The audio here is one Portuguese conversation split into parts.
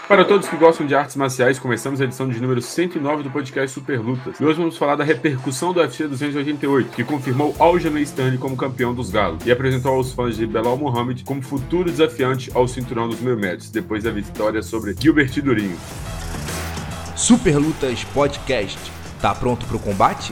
Para todos que gostam de artes marciais, começamos a edição de número 109 do podcast Super Lutas. E hoje vamos falar da repercussão do UFC 288, que confirmou Aljamain Sterling como campeão dos galos e apresentou aos fãs de Belal Muhammad como futuro desafiante ao cinturão dos 1000 metros, depois da vitória sobre Gilbert Durinho. Super Lutas Podcast. Tá pronto pro combate?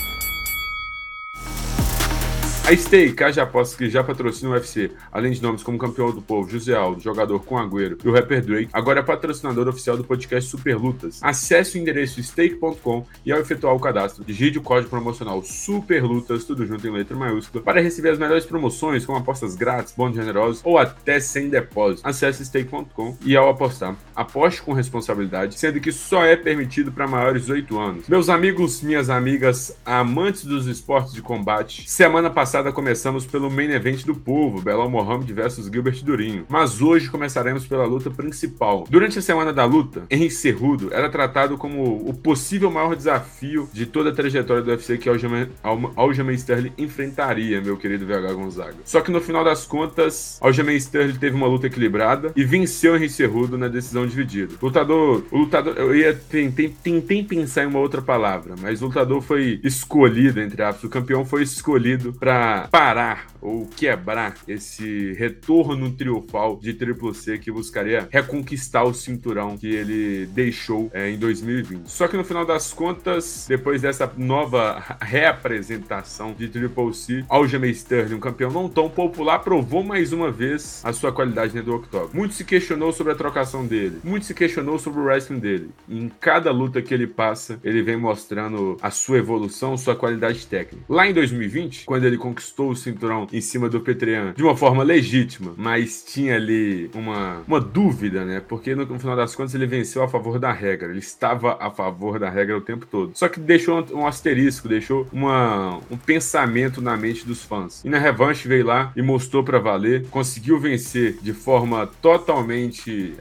A Stake, a apostas que já patrocina o UFC, além de nomes como Campeão do Povo, José Aldo, Jogador com Agüero e o rapper Drake, agora é patrocinador oficial do podcast Super Lutas. Acesse o endereço stake.com e ao efetuar o cadastro, digite o código promocional Super Lutas, tudo junto em letra maiúscula, para receber as melhores promoções, como apostas grátis, bônus generosos ou até sem depósito. Acesse stake.com e ao apostar, aposte com responsabilidade, sendo que só é permitido para maiores de 18 anos. Meus amigos, minhas amigas, amantes dos esportes de combate, semana passada começamos pelo main event do povo, Belal Muhammad versus Gilbert Durinho. Mas hoje começaremos pela luta principal. Durante a semana da luta, Henry Cejudo era tratado como o possível maior desafio de toda a trajetória do UFC que Aljamain Sterling enfrentaria, meu querido VH Gonzaga. Só que no final das contas, Aljamain Sterling teve uma luta equilibrada e venceu Henry Cejudo na decisão dividida. O lutador, eu tentei pensar em uma outra palavra, mas o lutador foi escolhido, entre aspas, o campeão foi escolhido para parar ou quebrar esse retorno triunfal de Triple C que buscaria reconquistar o cinturão que ele deixou em 2020. Só que no final das contas, depois dessa nova reapresentação de Triple C, Aljamain Sterling, um campeão não tão popular, provou mais uma vez a sua qualidade dentro do octógono. Muito se questionou sobre a trocação dele, muito se questionou sobre o wrestling dele. E em cada luta que ele passa, ele vem mostrando a sua evolução, sua qualidade técnica. Lá em 2020, quando ele conquistou o cinturão em cima do Petrian de uma forma legítima, mas tinha ali uma dúvida, né? Porque no final das contas ele venceu a favor da regra, ele estava a favor da regra o tempo todo. Só que deixou um asterisco, deixou um pensamento na mente dos fãs. E na revanche veio lá e mostrou pra valer, conseguiu vencer de forma totalmente,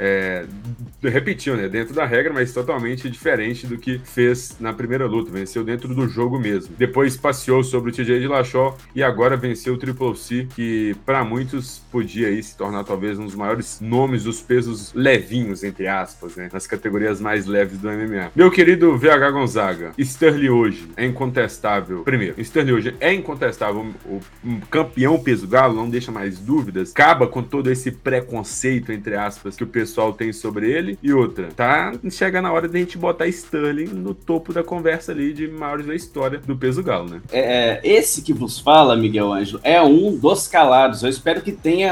repetiu, né? Dentro da regra, mas totalmente diferente do que fez na primeira luta. Venceu dentro do jogo mesmo. Depois passeou sobre o TJ Dillashaw e agora venceu o Triple C, que para muitos podia aí se tornar talvez um dos maiores nomes dos pesos levinhos, entre aspas, né? Nas categorias mais leves do MMA. Meu querido VH Gonzaga, Sterling hoje é incontestável. Primeiro, Sterling hoje é incontestável o campeão peso galo, não deixa mais dúvidas, acaba com todo esse preconceito, entre aspas, que o pessoal tem sobre ele. E outra, chega na hora de a gente botar Sterling no topo da conversa ali de maiores da história do peso galo, né? Esse que vos fala, Miguel Ângelo, é um dos calados. Eu espero que tenha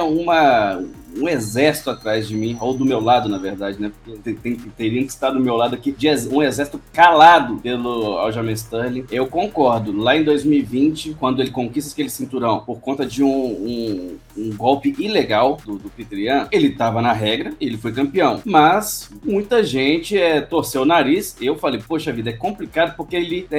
um exército atrás de mim, ou do meu lado, na verdade, né? Teriam que estar do meu lado aqui, um exército calado pelo Aljamain Sterling. Eu concordo. Lá em 2020, quando ele conquista aquele cinturão por conta de um golpe ilegal do Petrian, ele estava na regra, ele foi campeão. Mas muita gente torceu o nariz. Eu falei, poxa vida, é complicado porque ele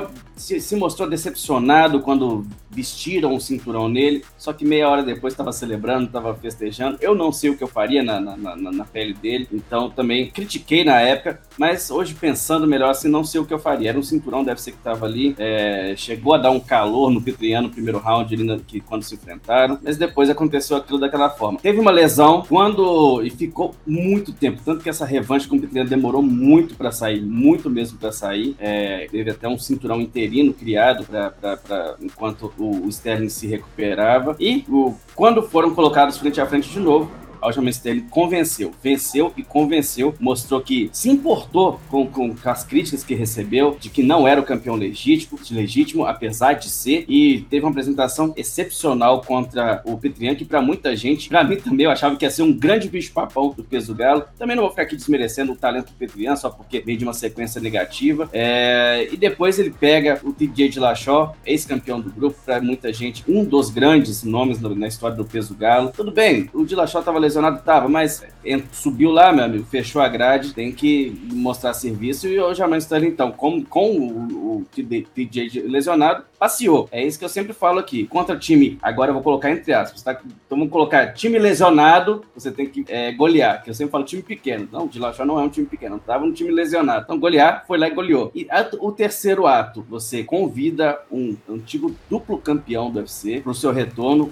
se mostrou decepcionado quando vestiram o cinturão nele, só que meia hora depois estava celebrando, estava festejando. Eu não sei o que eu faria na pele dele, então também critiquei na época, mas hoje pensando melhor assim, não sei o que eu faria. Era um cinturão, deve ser que estava ali, chegou a dar um calor no Petrian no primeiro round, quando se enfrentaram, mas depois aconteceu aquilo daquela forma. Teve uma lesão e ficou muito tempo, tanto que essa revanche com o Petrian demorou muito para sair, muito mesmo para sair. Teve até um cinturão interino criado enquanto o Sterling se recuperava. E quando foram colocados frente a frente de novo, Aljamain Sterling venceu e convenceu, mostrou que se importou com as críticas que recebeu, de que não era o campeão legítimo, apesar de ser, e teve uma apresentação excepcional contra o Petrian, que pra muita gente, pra mim também, eu achava que ia ser um grande bicho-papão do peso galo. Também não vou ficar aqui desmerecendo o talento do Petrian, só porque veio de uma sequência negativa. E depois ele pega o TJ Dillashaw, ex-campeão do grupo, pra muita gente, um dos grandes nomes na história do peso galo. Tudo bem, o Dillashaw tava lesionado, mas subiu lá, meu amigo, fechou a grade, tem que mostrar serviço. E o Aljamain Sterling, então, com o TJ lesionado, passeou. É isso que eu sempre falo aqui. Contra time, agora eu vou colocar entre aspas, tá? Então vamos colocar time lesionado, você tem que golear, que eu sempre falo time pequeno. Não, o Dillashaw não é um time pequeno, tava um time lesionado. Então golear, foi lá e goleou. E o terceiro ato, você convida um antigo duplo campeão do UFC pro seu retorno.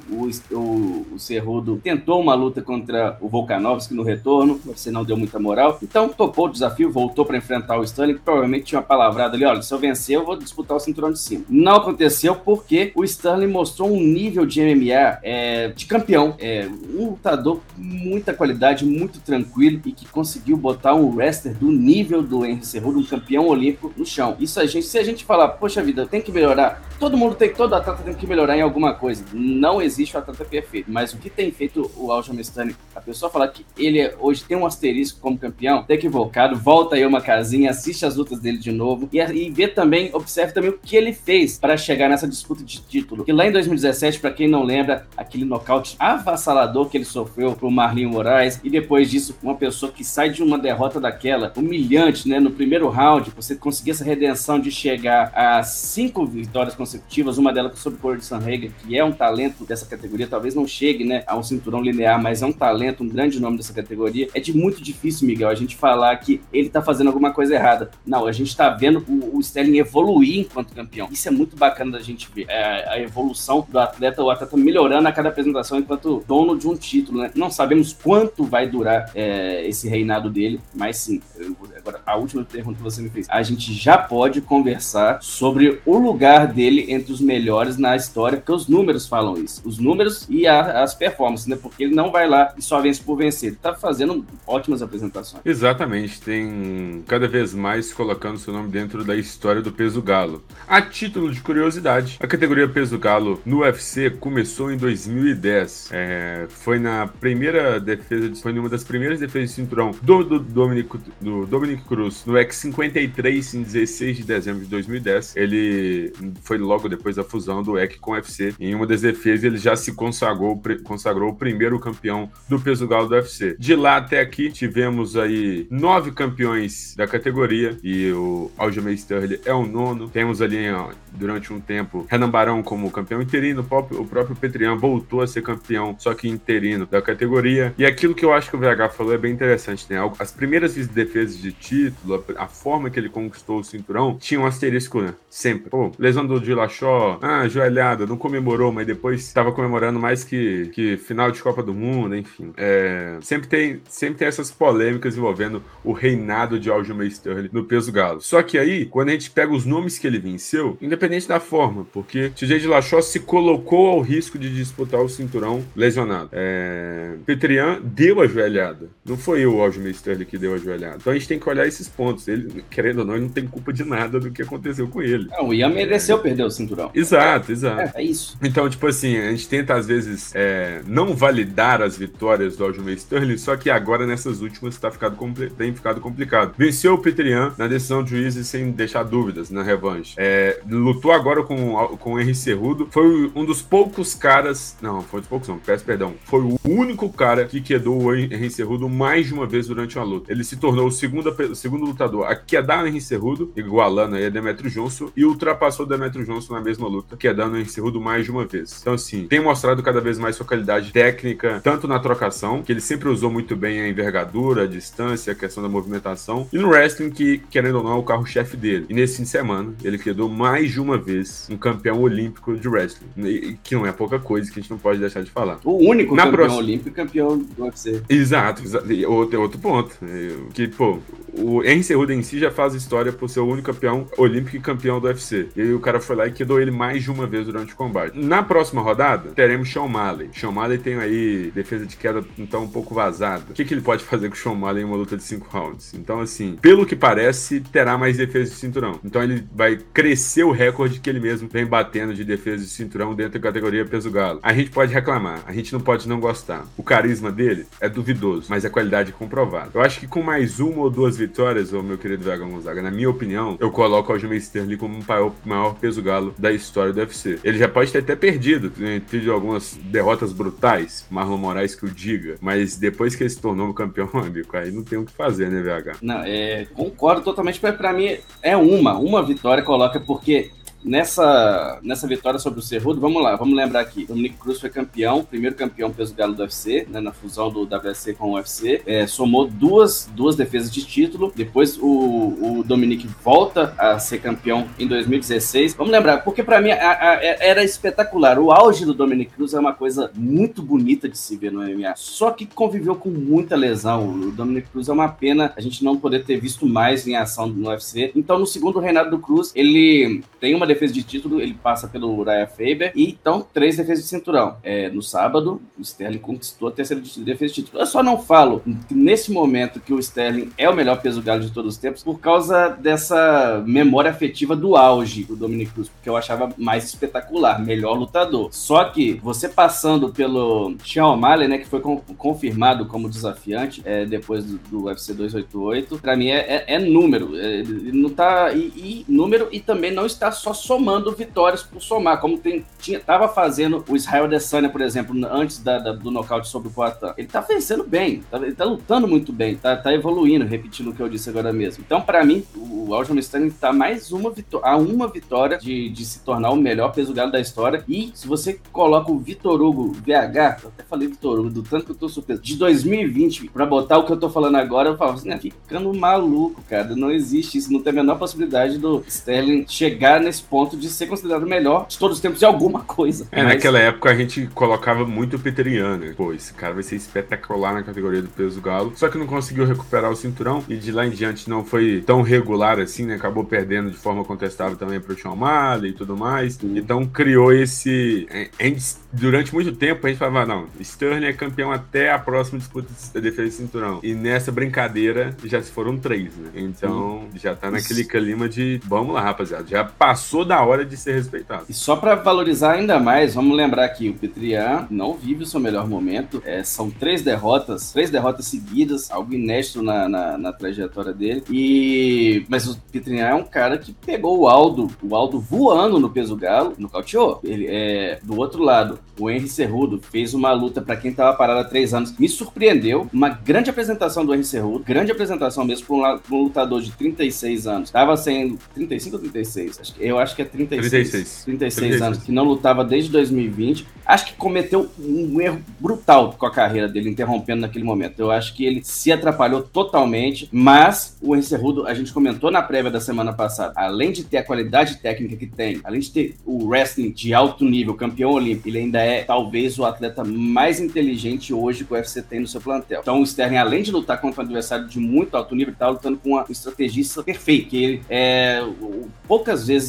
O Cerrudo tentou uma luta contra o Volkanovski no retorno, você não deu muita moral. Então topou o desafio, voltou para enfrentar o Sterling, que provavelmente tinha uma palavrada ali, olha, se eu vencer eu vou disputar o cinturão de cima. Não aconteceu porque o Sterling mostrou um nível de MMA de campeão, um lutador com muita qualidade, muito tranquilo e que conseguiu botar um wrestler do nível do Henry Cejudo, um campeão olímpico, no chão. Isso se a gente falar, poxa vida, tem que melhorar, todo atleta tem que melhorar em alguma coisa. Não existe o atleta perfeito, mas o que tem feito o Aljamain Sterling, a pessoa falar que ele hoje tem um asterisco como campeão, tá equivocado. Volta aí uma casinha, assiste as lutas dele de novo e vê também, observe também o que ele fez para chegar nessa disputa de título. Que lá em 2017, para quem não lembra, aquele nocaute avassalador que ele sofreu pro Marlon Moraes, e depois disso, uma pessoa que sai de uma derrota daquela, humilhante, né, no primeiro round, você conseguir essa redenção de chegar a 5 vitórias consecutivas, uma delas sobre o Corey Sandhagen, que é um talento dessa categoria, talvez não chegue, né, a um cinturão linear, mas é um talento, um grande nome dessa categoria. É de muito difícil, Miguel, a gente falar que ele tá fazendo alguma coisa errada. Não, a gente tá vendo o Sterling evoluir enquanto campeão. Isso é muito bacana da gente ver. A evolução do atleta, o atleta melhorando a cada apresentação enquanto dono de um título, né? Não sabemos quanto vai durar esse reinado dele, mas sim, agora a última pergunta que você me fez, a gente já pode conversar sobre o lugar dele entre os melhores na história, porque os números falam isso. Os números e as performances, né? Porque ele não vai lá e só vence por vencer. Ele tá fazendo ótimas apresentações. Exatamente, tem cada vez mais colocando seu nome dentro da história do peso galo. A título de curiosidade, a categoria peso galo no UFC começou em 2010. Foi na primeira defesa, foi numa das primeiras defesas de cinturão do Dominic Cruz no WEC53 em 16 de dezembro de 2010. Ele foi logo depois da fusão do WEC com o UFC. Em uma das defesas ele já se consagrou o primeiro campeão do peso galo do UFC. De lá até aqui tivemos aí 9 campeões da categoria e o Aljamain Sterling é o 9º. Temos ali durante um tempo Renan Barão como campeão interino, o próprio Petr Yan voltou a ser campeão, só que interino da categoria. E aquilo que eu acho que o VH falou é bem interessante, né? As primeiras defesas de título, a forma que ele conquistou o cinturão, tinha um asterisco, né? Sempre. Pô, lesão do Dillashaw, joelhada, não comemorou, mas depois estava comemorando mais que final de Copa do Mundo, enfim. Sempre tem essas polêmicas envolvendo o reinado de Aljamain Sterling no peso galo. Só que aí, quando a gente pega os nomes que ele venceu, independente da forma, porque TJ Dillashaw se colocou ao risco de disputar o cinturão lesionado. Petr Yan deu a joelhada. Não foi o Aljamain Sterling que deu a joelhada. Então a gente tem que olhar esses pontos. Ele, querendo ou não, ele não tem culpa de nada do que aconteceu com ele. Não, o Yan mereceu perder o cinturão. Exato. É isso. Então, tipo assim, a gente tenta às vezes não validar as vitórias do Aljamain Sterling, só que agora nessas últimas tem ficado complicado. Venceu o Petr Yan na decisão de juízes sem deixar dúvidas na revanche. Lutou agora com o Henry Cejudo. Foi um dos poucos caras... Não, foi dos poucos não, peço perdão. Foi o único cara que quedou o Henry Cejudo mais de uma vez durante uma luta. Ele se tornou o segundo lutador a quedar o Henry Cejudo, igualando aí a Demetrious Johnson, e ultrapassou o Demetrious Johnson na mesma luta, quedando o Henry Cejudo mais de uma vez. Então, assim, tem mostrado cada vez mais sua qualidade técnica, tanto na trocação, que ele sempre usou muito bem a envergadura, a distância, a questão da movimentação, e no wrestling, que, querendo ou não, é o carro-chefe dele. E nesse fim de semana, ele quedou mais de uma vez um campeão olímpico de wrestling, que não é pouca coisa, que a gente não pode deixar de falar. O único campeão olímpico e campeão do UFC. Exato. Outro ponto. Que, pô, o Henry Cejudo em si já faz história por ser o único campeão olímpico e campeão do UFC. E aí o cara foi lá e quedou ele mais de uma vez durante o combate. Na próxima rodada, teremos Sean O'Malley. Sean O'Malley tem aí defesa de queda, então, um pouco vazada. O que ele pode fazer com o Sean O'Malley em uma luta de 5 rounds? Então, assim, pelo que parece, terá mais defesa de cinturão. Então, ele vai crescer o recorde que ele mesmo vem batendo de defesa de cinturão dentro da categoria peso galo. A gente pode reclamar, a gente não pode não gostar. O carisma dele é duvidoso, mas a qualidade é comprovada. Eu acho que com mais uma ou duas vitórias, ô meu querido Vega Gonzaga, na minha opinião, eu coloco o Aljamain Sterling como o maior peso galo da história do UFC. Ele já pode ter até perdido, tido algumas derrotas brutais, Marlon Moraes que o diga, mas depois que ele se tornou campeão, amigo, aí não tem o que fazer, né, VH? Não, concordo totalmente, mas pra mim é uma vitória coloca, porque nessa vitória sobre o Cerrudo, vamos lá, vamos lembrar aqui. Dominick Cruz foi campeão, primeiro campeão peso galo do UFC, né, na fusão do WSC com o UFC. Somou duas defesas de título. Depois o Dominick volta a ser campeão em 2016. Vamos lembrar, porque pra mim era espetacular. O auge do Dominick Cruz é uma coisa muito bonita de se ver no MMA. Só que conviveu com muita lesão. O Dominick Cruz é uma pena a gente não poder ter visto mais em ação no UFC. Então, no segundo reinado do Cruz, ele tem uma defesa de título, ele passa pelo Uriah Faber, e então 3 defesas de cinturão. No sábado, o Sterling conquistou a terceira defesa de título. Eu só não falo nesse momento que o Sterling é o melhor peso galo de todos os tempos por causa dessa memória afetiva do auge do Dominick Cruz, porque eu achava mais espetacular, melhor lutador. Só que você passando pelo Sean O'Malley, né, que foi confirmado como desafiante depois do UFC 288, pra mim é número. Ele não tá número, e também não está só somando vitórias por somar, como tava fazendo o Israel Adesanya, por exemplo, antes do nocaute sobre o Poatan. Ele tá vencendo bem, ele tá lutando muito bem, tá evoluindo, repetindo o que eu disse agora mesmo. Então, pra mim, o Aljamain Sterling tá mais uma vitória de se tornar o melhor peso galo da história. E se você coloca o Vitor Hugo VH, eu até falei Vitor Hugo, do tanto que eu tô surpreso, de 2020, pra botar o que eu tô falando agora, eu falo assim, né, ficando maluco, cara, não existe isso, não tem a menor possibilidade do Sterling chegar nesse ponto de ser considerado o melhor de todos os tempos de alguma coisa. Naquela época a gente colocava muito o Peter Yan, né? Pô, esse cara vai ser espetacular na categoria do peso galo, só que não conseguiu recuperar o cinturão, e de lá em diante não foi tão regular assim, né? Acabou perdendo de forma contestável também pro Sean O'Malley e tudo mais. Então criou esse... Durante muito tempo a gente falava, não, Sterling é campeão até a próxima disputa de defesa de cinturão. E nessa brincadeira já se foram 3, né? Então já tá naquele clima de, vamos lá, rapaziada, já passou da hora de ser respeitado. E só pra valorizar ainda mais, vamos lembrar que o Petr Yan não vive o seu melhor momento. São 3 derrotas seguidas, algo inédito na trajetória dele. Mas o Petr Yan é um cara que pegou o Aldo voando no peso galo, nocauteou. Ele do outro lado, o Henry Cejudo fez uma luta pra quem tava parado há 3 anos, me surpreendeu, uma grande apresentação do Henry Cejudo, grande apresentação mesmo pra um lutador de 36 anos, tava sendo 35 ou 36? Eu acho que é 36 anos, que não lutava desde 2020, acho que cometeu um erro brutal com a carreira dele, interrompendo naquele momento. Eu acho que ele se atrapalhou totalmente, mas o Henry Cejudo, a gente comentou na prévia da semana passada, além de ter a qualidade técnica que tem, além de ter o wrestling de alto nível, campeão olímpico, ele ainda é talvez o atleta mais inteligente hoje que o UFC tem no seu plantel. Então o Sterling, além de lutar contra um adversário de muito alto nível, ele tá lutando com um estrategista perfeito, que ele poucas vezes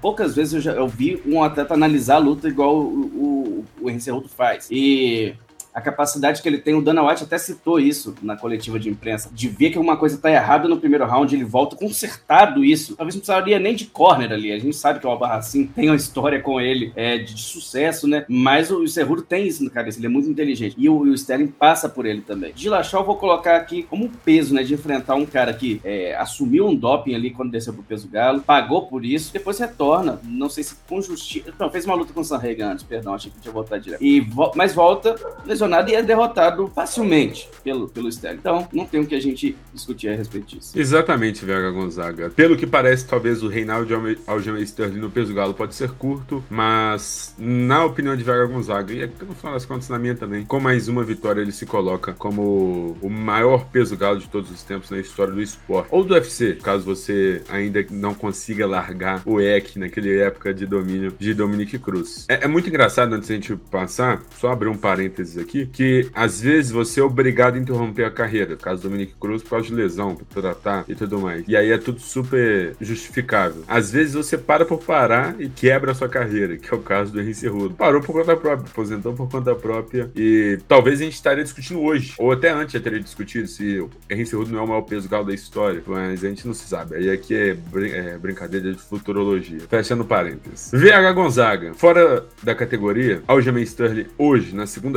eu vi um atleta analisar a luta igual o Henry Cejudo faz. E a capacidade que ele tem, o Dana White até citou isso na coletiva de imprensa, de ver que alguma coisa tá errada no primeiro round, ele volta consertado isso. Talvez não precisaria nem de corner ali, a gente sabe que o Albarracin tem uma história com ele de sucesso, né? Mas o Cejudo tem isso na cabeça, ele é muito inteligente. E o Sterling passa por ele também. Dillashaw eu vou colocar aqui como peso, né? De enfrentar um cara que assumiu um doping ali quando desceu pro peso galo, pagou por isso, depois retorna, não sei se com justiça... Não, fez uma luta com o Sanhagen antes, perdão, achei que tinha voltado direto. Mas volta lesionado e é derrotado facilmente pelo Sterling. Então, não tem o que a gente discutir a respeito disso. Exatamente, VH Gonzaga. Pelo que parece, talvez o reinado de Aljamain Sterling no peso galo pode ser curto, mas na opinião de VH Gonzaga, e no final das contas na minha também, com mais uma vitória ele se coloca como o maior peso galo de todos os tempos na história do esporte. Ou do UFC, caso você ainda não consiga largar o EC naquela época de domínio de Dominick Cruz. É muito engraçado, antes da gente passar, só abrir um parênteses aqui, que às vezes você é obrigado a interromper a carreira, no caso do Dominick Cruz, por causa de lesão, por tratar e tudo mais. E aí é tudo super justificável. Às vezes você para por parar e quebra a sua carreira, que é o caso do Henry Cejudo. Parou por conta própria, aposentou por conta própria, e talvez a gente estaria discutindo hoje, ou até antes já teria discutido se o Henry Cejudo não é o maior peso galo da história, mas a gente não se sabe. Aí aqui é brincadeira de futurologia. Fechando parênteses. VH Gonzaga, fora da categoria, Aljamain Sterling hoje, na segunda-feira,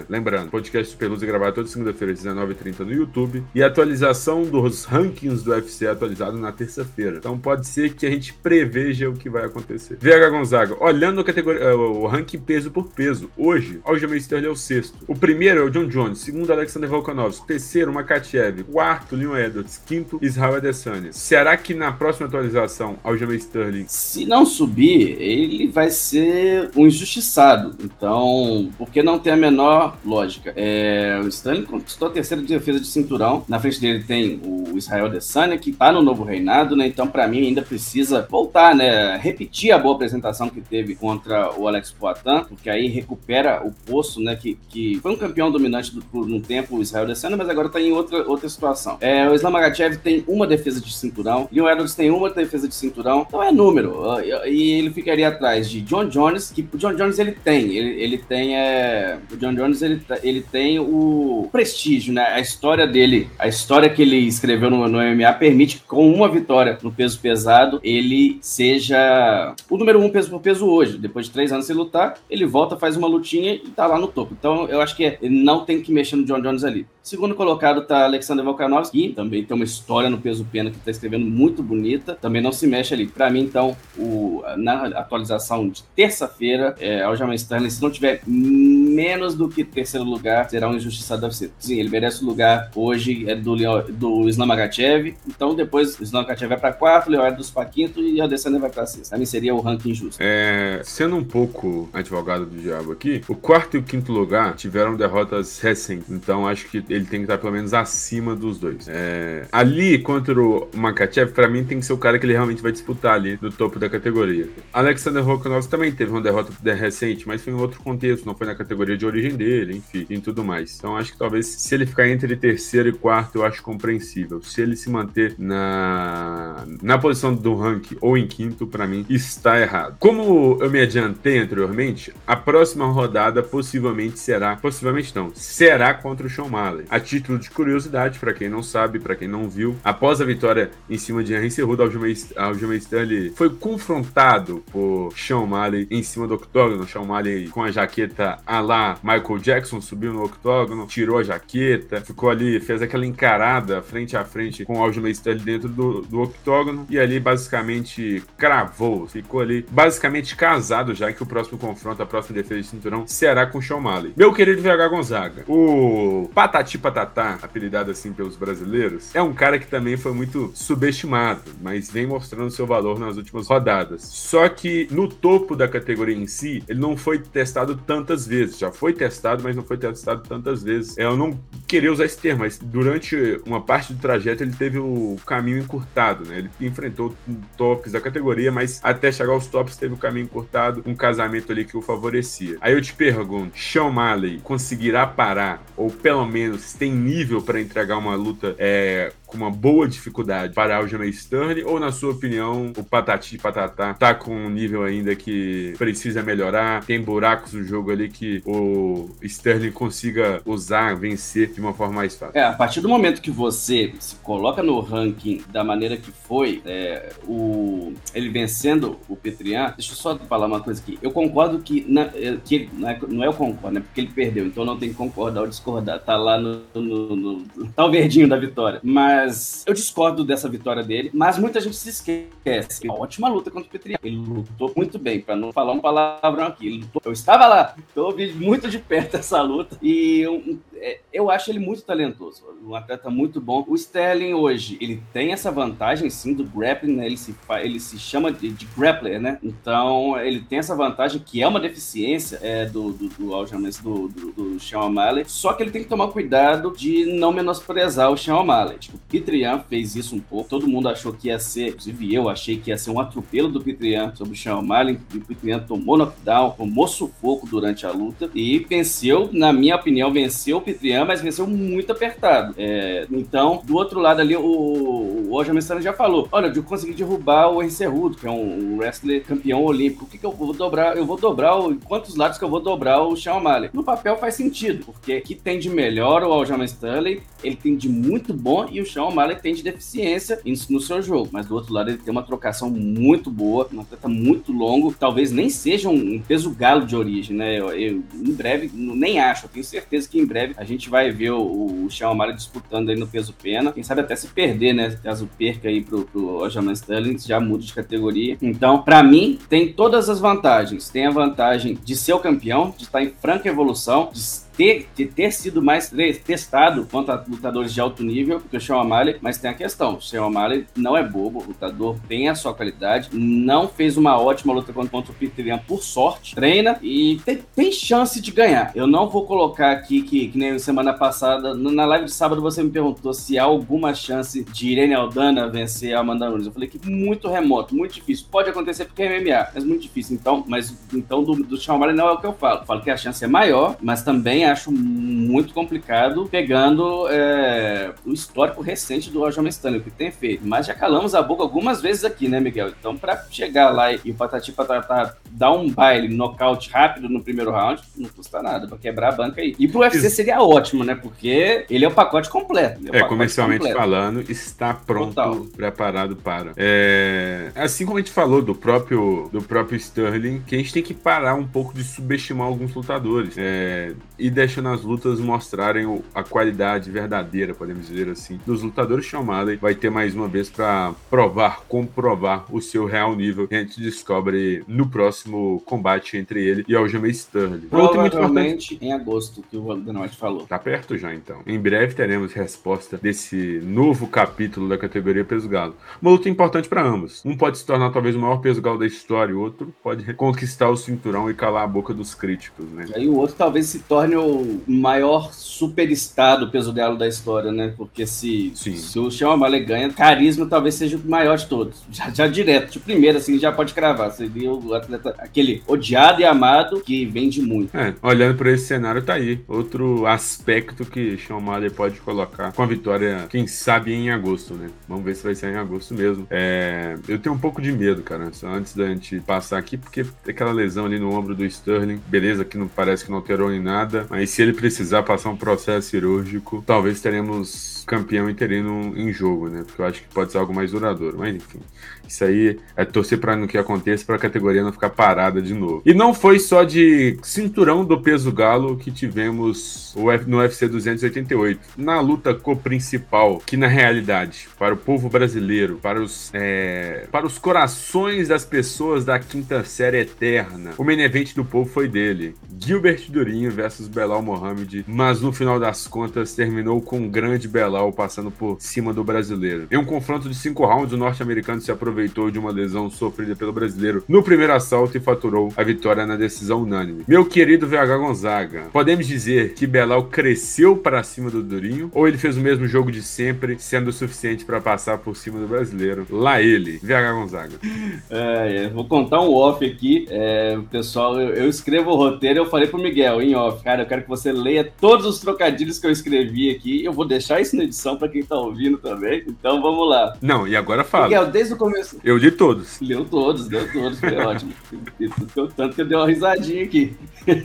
amanhã. Lembrando, podcast Superlutas é gravado toda segunda-feira às 19h30 no YouTube e a atualização dos rankings do UFC é atualizado na terça-feira. Então pode ser que a gente preveja o que vai acontecer. VH Gonzaga, olhando a categoria, o ranking peso por peso, hoje, Aljamain Sterling é o sexto. O primeiro é o John Jones, segundo Alexander Volkanovski, terceiro Makhachev, quarto Leon Edwards, quinto Israel Adesanya. Será que na próxima atualização Aljamain Sterling, se não subir, ele vai ser um injustiçado. Então, porque não tem a menor lógica. O Sterling conquistou a terceira defesa de cinturão. Na frente dele tem o Israel Adesanya, que tá no novo reinado, né? Então, pra mim, ainda precisa voltar, né? Repetir a boa apresentação que teve contra o Alex Poatan, porque aí recupera o posto, né? Que foi um campeão dominante por um tempo, o Israel Adesanya, mas agora tá em outra situação. O Islam Makhachev tem uma defesa de cinturão, Leon Edwards tem uma defesa de cinturão, então é número. E ele ficaria atrás de John Jones, que o John Jones ele tem o John Jones ele tem o prestígio, né? A história dele, a história que ele escreveu no MMA permite que com uma vitória no peso pesado ele seja o número 1 peso por peso hoje. Depois de 3 anos sem lutar, ele volta, faz uma lutinha e tá lá no topo. Então eu acho que ele não tem que mexer no John Jones ali. Segundo colocado tá Alexander Volkanovski, que também tem uma história no peso pena que tá escrevendo muito bonita, também não se mexe ali. Pra mim, então, na atualização de terça-feira, Aljamain Sterling, se não tiver menos do que terceiro lugar, será um injustiçado da UFC. Sim, ele merece o lugar hoje, do Islam Makhachev, então depois o Islam Makhachev vai pra quarto, o Leon Edwards pra quinto e a Adesanya vai pra sexto. Pra mim seria o ranking justo. Sendo um pouco advogado do diabo aqui, o quarto e o quinto lugar tiveram derrotas recentes, então acho que ele tem que estar pelo menos acima dos dois. Ali contra o Makhachev, pra mim tem que ser o cara que ele realmente vai disputar ali no topo da categoria. Alexander Volkanovski também teve uma derrota recente, mas foi em outro contexto, não foi na categoria de origem dele, enfim, e tudo mais. Então acho que talvez se ele ficar entre terceiro e quarto, eu acho compreensível. Se ele se manter na posição do ranking ou em quinto, pra mim, está errado. Como eu me adiantei anteriormente, a próxima rodada será contra o Sean O'Malley. A título de curiosidade, pra quem não sabe, pra quem não viu, após a vitória em cima de Henry Cejudo, Aljamain Sterling foi confrontado por Sean O'Malley em cima do octógono. Sean O'Malley com a jaqueta à la Michael Jackson subiu no octógono, tirou a jaqueta, ficou ali, fez aquela encarada frente a frente com o Aljamain Sterling dentro do octógono e ali basicamente cravou, ficou ali basicamente casado, já que o próximo confronto, a próxima defesa de cinturão será com o Sean O'Malley. Meu querido VH Gonzaga, o Patati Patatá, apelidado assim pelos brasileiros, é um cara que também foi muito subestimado, mas vem mostrando seu valor nas últimas rodadas. Só que no topo da categoria em si, ele não foi testado tantas vezes. Já foi testado, mas não foi testado tantas vezes. Eu não queria usar esse termo, mas durante uma parte do trajeto ele teve o caminho encurtado, né? Ele enfrentou tops da categoria, mas até chegar aos tops teve o caminho encurtado, um casamento ali que o favorecia. Aí eu te pergunto, Sean O'Malley conseguirá parar, ou pelo menos tem nível para entregar uma luta com uma boa dificuldade para Aljamain Sterling, ou na sua opinião o Patati Patatá tá com um nível ainda que precisa melhorar, tem buracos no jogo ali que o Sterling consiga usar, vencer de uma forma mais fácil? A partir do momento que você se coloca no ranking da maneira que foi, ele vencendo o Petr Yan, deixa eu só falar uma coisa aqui, eu concordo que não é eu concordo, né, porque ele perdeu, então não tem que concordar ou discordar, tá lá tá o verdinho da vitória, mas eu discordo dessa vitória dele, mas muita gente se esquece, uma ótima luta contra o Petr Yan, ele lutou muito bem, pra não falar um palavrão aqui, eu estava lá, então eu vi muito de perto essa luta, e eu acho ele muito talentoso, um atleta muito bom. O Sterling hoje, ele tem essa vantagem sim do grappling, né? Ele se chama de grappler, né? Então ele tem essa vantagem que é uma deficiência do Sean O'Malley, só que ele tem que tomar cuidado de não menosprezar o Sean O'Malley. Tipo, o Petr Yan fez isso um pouco, todo mundo achou que ia ser, inclusive eu achei que ia ser um atropelo do Petr Yan sobre o Sean O'Malley, e o Petr Yan tomou knockdown, tomou sufoco durante a luta e venceu, na minha opinião, venceu o anfitriã, mas venceu muito apertado. Então, do outro lado ali, o Aljamain Sterling já falou, olha, eu consegui derrubar o Henry Cejudo, que é um wrestler campeão olímpico. O que eu vou dobrar? Eu vou dobrar quantos lados que eu vou dobrar o Sean O'Malley? No papel faz sentido, porque que tem de melhor o Aljamain Sterling, ele tem de muito bom e o Sean O'Malley tem de deficiência no seu jogo. Mas do outro lado ele tem uma trocação muito boa, um atleta muito longo, talvez nem seja um peso galo de origem, né? Eu em breve, nem acho, eu tenho certeza que em breve a gente vai ver o Sean O'Malley disputando aí no peso pena, quem sabe até se perder, né? Caso perca aí pro Aljamain Sterling, já muda de categoria. Então, pra mim, tem todas as vantagens. Tem a vantagem de ser o campeão, de estar em franca evolução, de ter sido mais testado contra lutadores de alto nível que o Sean O'Malley, mas tem a questão, o Sean O'Malley não é bobo, o lutador tem a sua qualidade, não fez uma ótima luta contra o Petr Yan por sorte, treina e tem chance de ganhar. Eu não vou colocar aqui que nem semana passada, na live de sábado você me perguntou se há alguma chance de Irene Aldana vencer a Amanda Nunes. Eu falei que muito remoto, muito difícil. Pode acontecer porque é MMA, mas muito difícil. Então do Sean O'Malley não é o que eu falo. Eu falo que a chance é maior, mas também acho muito complicado pegando o histórico recente do Aljamain Sterling, o que tem feito. Mas já calamos a boca algumas vezes aqui, né, Miguel? Então, pra chegar lá e o Patati Patatá dar um baile, nocaute rápido no primeiro round, não custa nada, pra quebrar a banca aí. E pro UFC seria ótimo, né? Porque ele é o pacote completo. Comercialmente falando, está pronto, preparado para. Assim como a gente falou do próprio Sterling, que a gente tem que parar um pouco de subestimar alguns lutadores. E deixando as lutas mostrarem a qualidade verdadeira, podemos dizer assim, dos lutadores. Sean O'Malley vai ter mais uma vez para comprovar o seu real nível, que a gente descobre no próximo combate entre ele e Aljamain Sterling. Provavelmente em agosto, que o Dana White falou. Tá perto já, então. Em breve teremos resposta desse novo capítulo da categoria peso galo. Uma luta importante para ambos. Um pode se tornar talvez o maior peso galo da história, o outro pode conquistar o cinturão e calar a boca dos críticos, né? E aí o outro talvez se torne o maior superstar do peso galo da história, né? Porque se o Sean O'Malley ganha, carisma talvez seja o maior de todos. Já direto, de primeira, assim, já pode cravar. Seria o atleta, aquele odiado e amado que vende muito. Olhando para esse cenário, tá aí. Outro aspecto que Sean O'Malley pode colocar com a vitória, quem sabe em agosto, né? Vamos ver se vai ser em agosto mesmo. Eu tenho um pouco de medo, cara, só antes da gente passar aqui, porque aquela lesão ali no ombro do Sterling, beleza, que não parece que não alterou em nada, mas se ele precisar passar um processo cirúrgico, talvez teremos campeão interino em jogo, né? Porque eu acho que pode ser algo mais duradouro. Mas enfim, isso aí é torcer para que aconteça, para a categoria não ficar parada de novo. E não foi só de cinturão do peso galo que tivemos no UFC 288. Na luta co-principal, que na realidade, para o povo brasileiro, para os corações das pessoas da quinta série eterna, o main event do povo foi dele, Gilbert Durinho versus Belal Mohamed, mas no final das contas terminou com um grande Belal passando por cima do brasileiro. Em um confronto de 5 rounds, o norte-americano se aproveitou de uma lesão sofrida pelo brasileiro no primeiro assalto e faturou a vitória na decisão unânime. Meu querido VH Gonzaga, podemos dizer que Belal cresceu para cima do Durinho ou ele fez o mesmo jogo de sempre, sendo o suficiente para passar por cima do brasileiro? Lá ele, VH Gonzaga. Vou contar um off aqui. Pessoal, eu escrevo o roteiro, eu falei pro Miguel em off, cara, eu quero que você leia todos os trocadilhos que eu escrevi aqui, eu vou deixar isso na edição pra quem tá ouvindo também, então vamos lá. Não, e agora fala. Miguel, desde o começo... Eu li todos. Leu todos, foi ótimo. Tanto que eu dei uma risadinha aqui.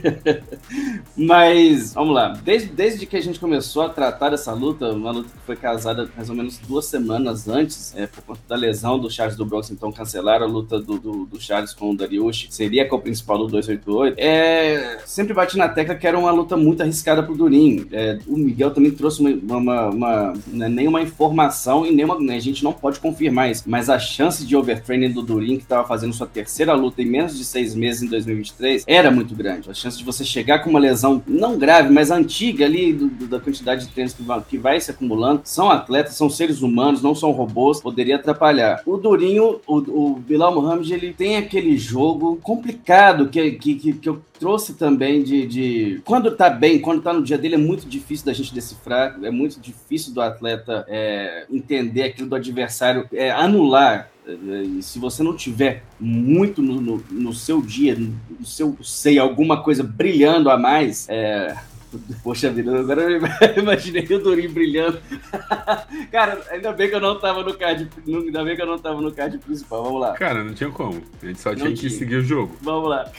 Mas, vamos lá. Desde que a gente começou a tratar dessa luta, uma luta que foi casada mais ou menos 2 semanas antes, por conta da lesão do Charles do Bronx, então cancelaram a luta do Charles com o Dariush, seria a co-principal do 288. Sempre bati na tecla que era uma luta muito arriscada pro Durinho. O Miguel também trouxe nenhuma informação e a gente não pode confirmar isso, mas a chance de overtraining do Durinho, que estava fazendo sua terceira luta em menos de 6 meses em 2023, era muito grande. A chance de você chegar com uma lesão não grave, mas antiga ali, da quantidade de treinos que vai se acumulando, são atletas, são seres humanos, não são robôs, poderia atrapalhar. O Durinho, o Belal Mohamed, ele tem aquele jogo complicado que eu trouxe também de... Quando tá bem, quando tá no dia dele, é muito difícil da gente decifrar, é muito difícil do atleta entender aquilo do adversário, anular. E se você não tiver muito no seu dia, no seu sei, alguma coisa brilhando a mais, Poxa vida, agora eu imaginei o Durinho brilhando. Cara, ainda bem que eu não tava no card. Ainda bem que eu não tava no card principal. Vamos lá. Cara, não tinha como. A gente só tinha que seguir o jogo. Vamos lá.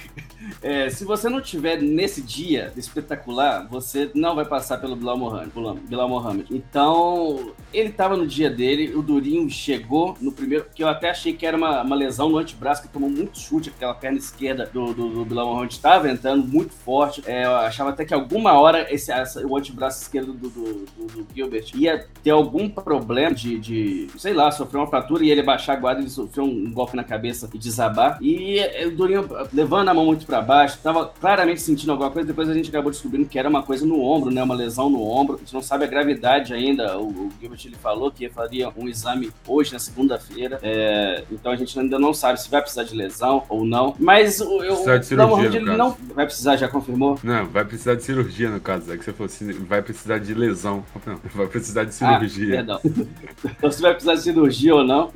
Se você não tiver nesse dia espetacular, você não vai passar pelo Bilal Mohamed. Então, ele tava no dia dele, o Durinho chegou no primeiro, que eu até achei que era uma lesão no antebraço, que tomou muito chute, aquela perna esquerda do Bilal Mohamed estava entrando muito forte. Eu achava até que alguma hora o antebraço esquerdo do Gilbert ia ter algum problema de sei lá, sofrer uma fratura e ele baixar a guarda, ele sofreu um golpe na cabeça e desabar. E o Durinho levando a mão muito pra baixo, tava claramente sentindo alguma coisa. Depois a gente acabou descobrindo que era uma coisa no ombro, né? Uma lesão no ombro. A gente não sabe a gravidade ainda. O Gilbert, ele falou que faria um exame hoje, na segunda-feira. Então a gente ainda não sabe se vai precisar de lesão ou não. Mas precisar de cirurgia, ele não vai precisar, já confirmou? Não, vai precisar de cirurgia no caso. É que você falou assim, vai precisar de lesão. Não, vai precisar de cirurgia. Perdão. Então se vai precisar de cirurgia ou não.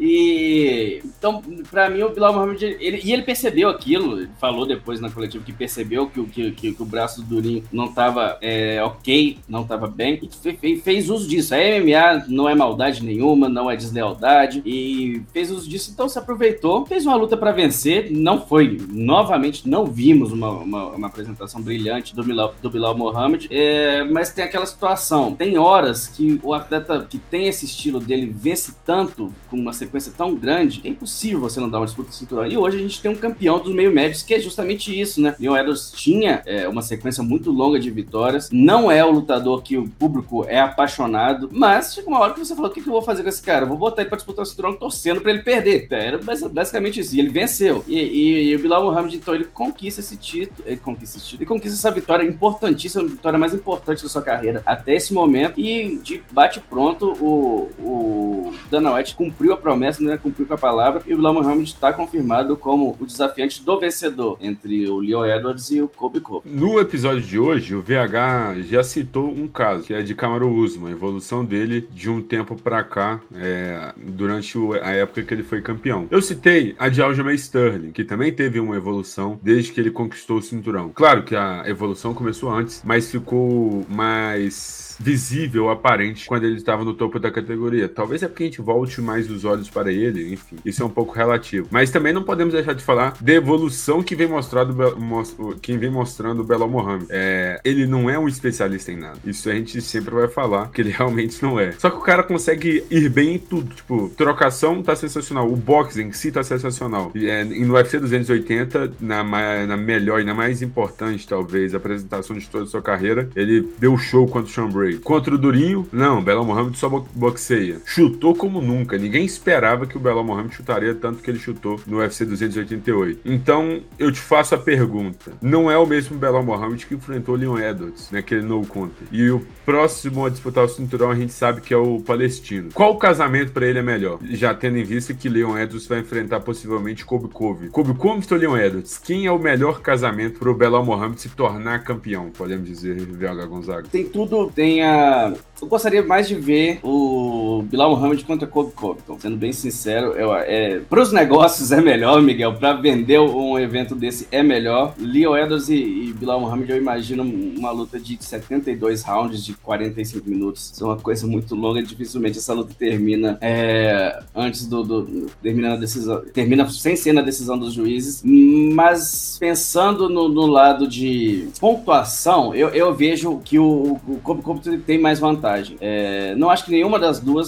Então, pra mim, o Bilal Mohamed, ele percebeu aquilo. Ele falou depois na coletiva que percebeu que o braço do Durinho não estava ok, não estava bem, e fez uso disso. A MMA não é maldade nenhuma, não é deslealdade, e fez uso disso, então se aproveitou, fez uma luta para vencer. Novamente, não vimos uma apresentação brilhante do Bilal Mohamed, mas tem aquela situação, tem horas que o atleta que tem esse estilo dele vence tanto, com uma sequência tão grande, que é impossível você não dar uma disputa de cinturão. E hoje a gente tem um campeão dos meio médios, que é justamente isso, né? Leon Edwards tinha uma sequência muito longa de vitórias, não é o lutador que o público é apaixonado, mas chega uma hora que você fala, o que eu vou fazer com esse cara? Eu vou botar ele pra disputar o cinturão torcendo pra ele perder. Era basicamente isso, e ele venceu. E o Bilal Mohamed, então, ele conquista esse título, ele conquista essa vitória importantíssima, a vitória mais importante da sua carreira até esse momento, e de bate pronto, o Dana White cumpriu a promessa, né? Cumpriu com a palavra, e o Bilal Mohamed está confirmado como o desafiante do vencedor entre o Leon Edwards e o Colby Covington. No episódio de hoje, o VH já citou um caso, que é de Kamaru Usman, a evolução dele de um tempo pra cá, durante a época que ele foi campeão. Eu citei a de Aljamain Sterling, que também teve uma evolução desde que ele conquistou o cinturão. Claro que a evolução começou antes, mas ficou mais visível, aparente, quando ele estava no topo da categoria. Talvez é porque a gente volte mais os olhos para ele, enfim, isso é um pouco relativo. Mas também não podemos deixar de falar da evolução que vem mostrando o Belal Mohamed. Ele não é um especialista em nada. Isso a gente sempre vai falar, que ele realmente não é. Só que o cara consegue ir bem em tudo. Tipo, trocação tá sensacional. O boxing em si tá sensacional. E no UFC 280, na melhor e na mais importante, talvez, apresentação de toda a sua carreira, ele deu show contra o Sean Brady. Contra o Durinho, não, o Belal Mohamed só boxeia. Chutou como nunca. Ninguém esperava que o Belal Mohamed chutaria tanto que ele chutou no UFC 288. Então, eu te faço a pergunta. Não é o mesmo Belal Mohamed que enfrentou o Leon Edwards, naquele no contest. E o próximo a disputar o cinturão, a gente sabe que é o palestino. Qual casamento pra ele é melhor? Já tendo em vista que Leon Edwards vai enfrentar possivelmente Colby Covington. Colby Covington ou Leon Edwards? Quem é o melhor casamento pro Belal Mohamed se tornar campeão? Podemos dizer, VH Gonzaga. Tem tudo, eu gostaria mais de ver o Bilal Mohamed contra Colby Covington. Sendo bem sincero, para os negócios é melhor, Miguel. Para vender um evento desse é melhor. Leon Edwards e Bilal Mohamed, eu imagino uma luta de 72 rounds de 45 minutos. Isso é uma coisa muito longa e dificilmente essa luta termina antes termina a decisão. Termina sem ser na decisão dos juízes. Mas pensando no lado de pontuação, eu vejo que o Colby Covington tem mais vantagem. Não acho que nenhuma das duas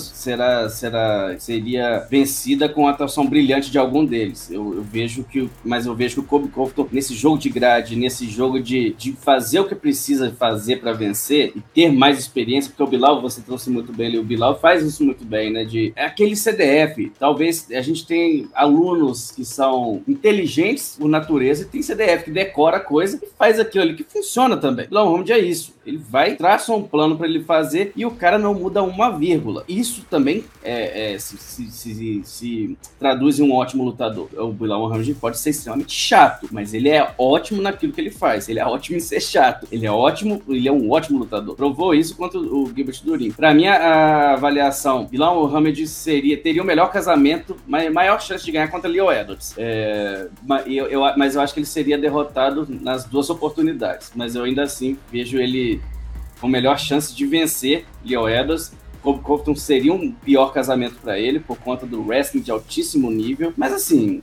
seria vencida com a atuação brilhante de algum deles. Eu vejo que o Colby Covington, nesse jogo de grade, nesse jogo de fazer o que precisa fazer para vencer e ter mais experiência, porque o Bilal, você trouxe muito bem ali, o Bilal faz isso muito bem, né? É aquele CDF. Talvez a gente tenha alunos que são inteligentes por natureza e tem CDF que decora a coisa e faz aquilo ali que funciona também. O Bilal Mohamed é isso. Ele vai, traça um plano para ele fazer e o cara não muda uma vírgula. Isso também se traduz em um ótimo lutador. O Bilal Mohamed pode ser extremamente chato, mas ele é ótimo naquilo que ele faz. Ele é ótimo em ser chato. Ele é um ótimo lutador. Provou isso contra o Gilbert Durinho. Para mim, a avaliação, Bilal Mohamed teria o melhor casamento, maior chance de ganhar contra Leon Edwards. Mas eu acho que ele seria derrotado nas duas oportunidades. Mas eu ainda assim vejo ele com melhor chance de vencer Leon Edwards. Colby Covington seria um pior casamento pra ele, por conta do wrestling de altíssimo nível. Mas assim,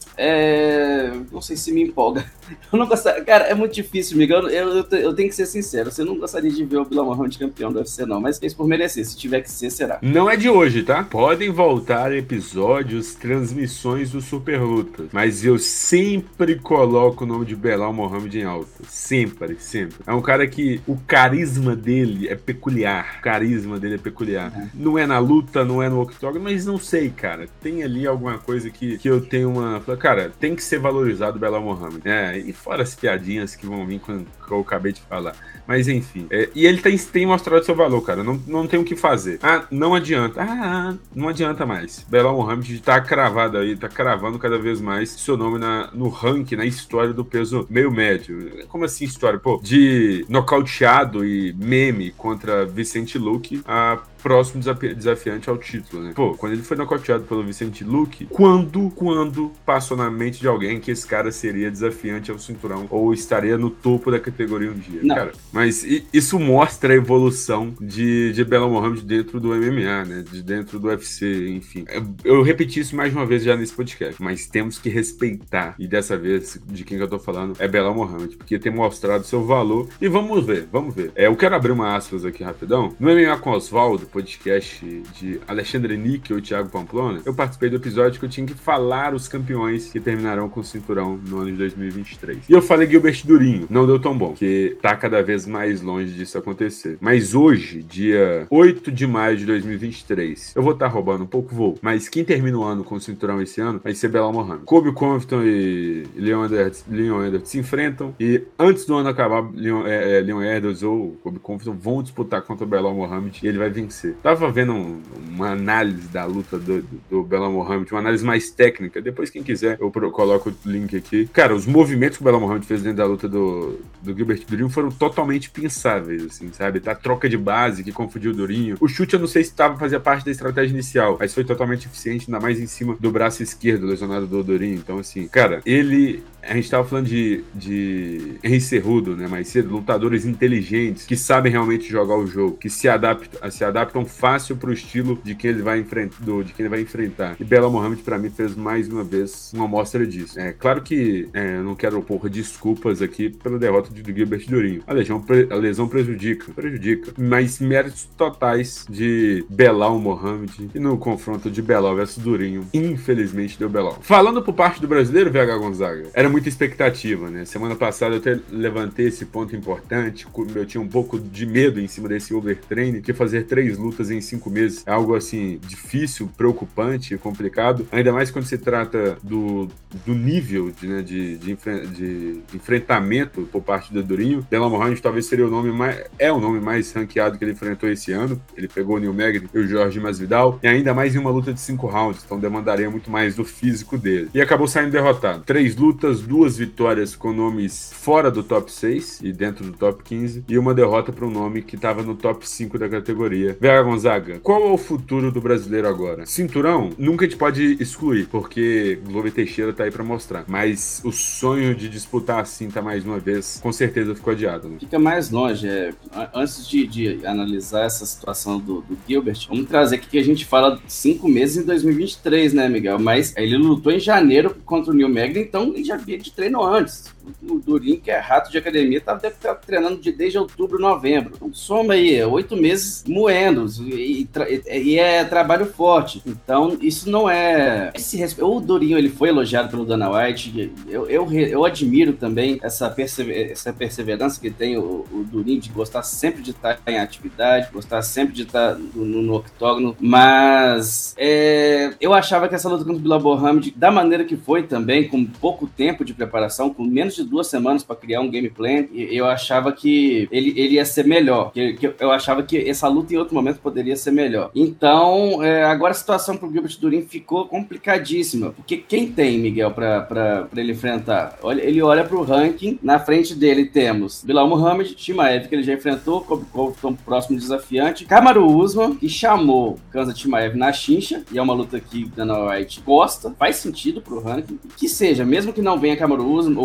não sei se me empolga. Eu não gostaria... Cara, é muito difícil, Miguel. Eu tenho que ser sincero. Você não gostaria de ver o Bilal Muhammad campeão do UFC, não. Mas fez por merecer. Se tiver que ser, será. Não é de hoje, tá? Podem voltar episódios, transmissões do Super Lutas. Mas eu sempre coloco o nome de Belal Muhammad em alta. Sempre, sempre. É um cara que o carisma dele é peculiar. O carisma dele é peculiar. Não é na luta, não é no octógono, mas não sei, cara. Tem ali alguma coisa que eu tenho uma... Cara, tem que ser valorizado o Belal Muhammad. E fora as piadinhas que vão vir com que eu acabei de falar. Mas enfim. E ele tem mostrado seu valor, cara. Não tem o que fazer. Não adianta. Não adianta mais. Belal Muhammad tá cravado aí, tá cravando cada vez mais seu nome no ranking, na história do peso meio médio. Como assim história? Pô, de nocauteado e meme contra Vicente Luque, a próximo desafiante ao título, né? Pô, quando ele foi nocauteado pelo Vicente Luque, quando passou na mente de alguém que esse cara seria desafiante ao cinturão ou estaria no topo da categoria um dia? Não. Cara, mas isso mostra a evolução de Belal Muhammad dentro do MMA, né? De dentro do UFC, enfim. Eu repeti isso mais uma vez já nesse podcast, mas temos que respeitar, e dessa vez, de quem que eu tô falando, é Belal Muhammad, porque tem mostrado seu valor, e vamos ver. Eu quero abrir uma aspas aqui rapidão. No MMA com Oswaldo, podcast de Alexandre Níquel e Thiago Pamplona, eu participei do episódio que eu tinha que falar os campeões que terminarão com o cinturão no ano de 2023. E eu falei Gilbert Durinho, não deu tão bom, porque tá cada vez mais longe disso acontecer. Mas hoje, dia 8 de maio de 2023, eu vou estar roubando um pouco, mas quem termina o ano com o cinturão esse ano vai ser Belal Muhammad. Colby Covington e Leon Edwards se enfrentam, e antes do ano acabar, Leon Edwards ou Colby Covington vão disputar contra o Belal Muhammad e ele vai vencer. Tava vendo uma análise da luta do Belal Muhammad, uma análise mais técnica. Depois, quem quiser, eu coloco o link aqui. Cara, os movimentos que o Belal Muhammad fez dentro da luta do Gilbert Durinho foram totalmente pensáveis, assim, sabe? A troca de base que confundiu o Durinho. O chute, eu não sei se fazia parte da estratégia inicial, mas foi totalmente eficiente, ainda mais em cima do braço esquerdo lesionado do Durinho. Então, assim, cara, a gente tava falando de Henry Cejudo, né, mais cedo, lutadores inteligentes, que sabem realmente jogar o jogo, que se adaptam fácil pro estilo de quem ele vai enfrentar. E Belal Muhammad, pra mim, fez mais uma vez uma amostra disso. Claro que eu não quero pôr desculpas aqui pela derrota do Gilbert Durinho. A lesão prejudica, mas méritos totais de Belal Muhammad, e no confronto de Belal versus Durinho, infelizmente deu Belal. Falando por parte do brasileiro, VH Gonzaga, era muita expectativa, né? Semana passada eu até levantei esse ponto importante, eu tinha um pouco de medo em cima desse overtraining, que fazer 3 lutas em 5 meses é algo assim difícil, preocupante, complicado, ainda mais quando se trata do nível de enfrentamento por parte do Durinho. Belal Muhammad talvez seria o nome mais ranqueado que ele enfrentou esse ano. Ele pegou o Neil Magny e o Jorge Masvidal, e ainda mais em uma luta de 5 rounds, então demandaria muito mais do físico dele. E acabou saindo derrotado. 3 lutas, 2 vitórias com nomes fora do top 6 e dentro do top 15, e uma derrota para um nome que estava no top 5 da categoria. VH Gonzaga, qual é o futuro do brasileiro agora? Cinturão, nunca a gente pode excluir, porque Glover Teixeira tá aí pra mostrar. Mas o sonho de disputar a cinta mais uma vez, com certeza ficou adiado, né? Fica mais longe. Antes de analisar essa situação do Gilbert, vamos trazer aqui que a gente fala 5 meses em 2023, né, Miguel? Mas ele lutou em janeiro contra o Neil Magny, então ele já vinha de treino antes. O Durinho, que é rato de academia, deve estar treinando desde outubro, novembro. Então, soma aí, 8 meses moendo, e é trabalho forte. Então, isso não é... O Durinho, ele foi elogiado pelo Dana White. Eu admiro também essa perseverança que tem o Durinho, de gostar sempre de estar em atividade, gostar sempre de estar no octógono, mas eu achava que essa luta contra o Belal Muhammad, da maneira que foi também, com pouco tempo de preparação, com menos de 2 semanas para criar um game plan, eu achava que ele ia ser melhor, eu achava que essa luta em outro momento poderia ser melhor. Então, agora a situação pro Gilbert Durinho ficou complicadíssima, porque quem tem, Miguel, para ele enfrentar? Ele olha pro ranking, na frente dele temos Belal Muhammad, Chimaev, que ele já enfrentou, como próximo desafiante, Kamaru Usman, que chamou Khamzat Chimaev na chincha, e é uma luta que Dana White gosta, faz sentido pro ranking, que seja, mesmo que não venha Kamaru Usman, ou que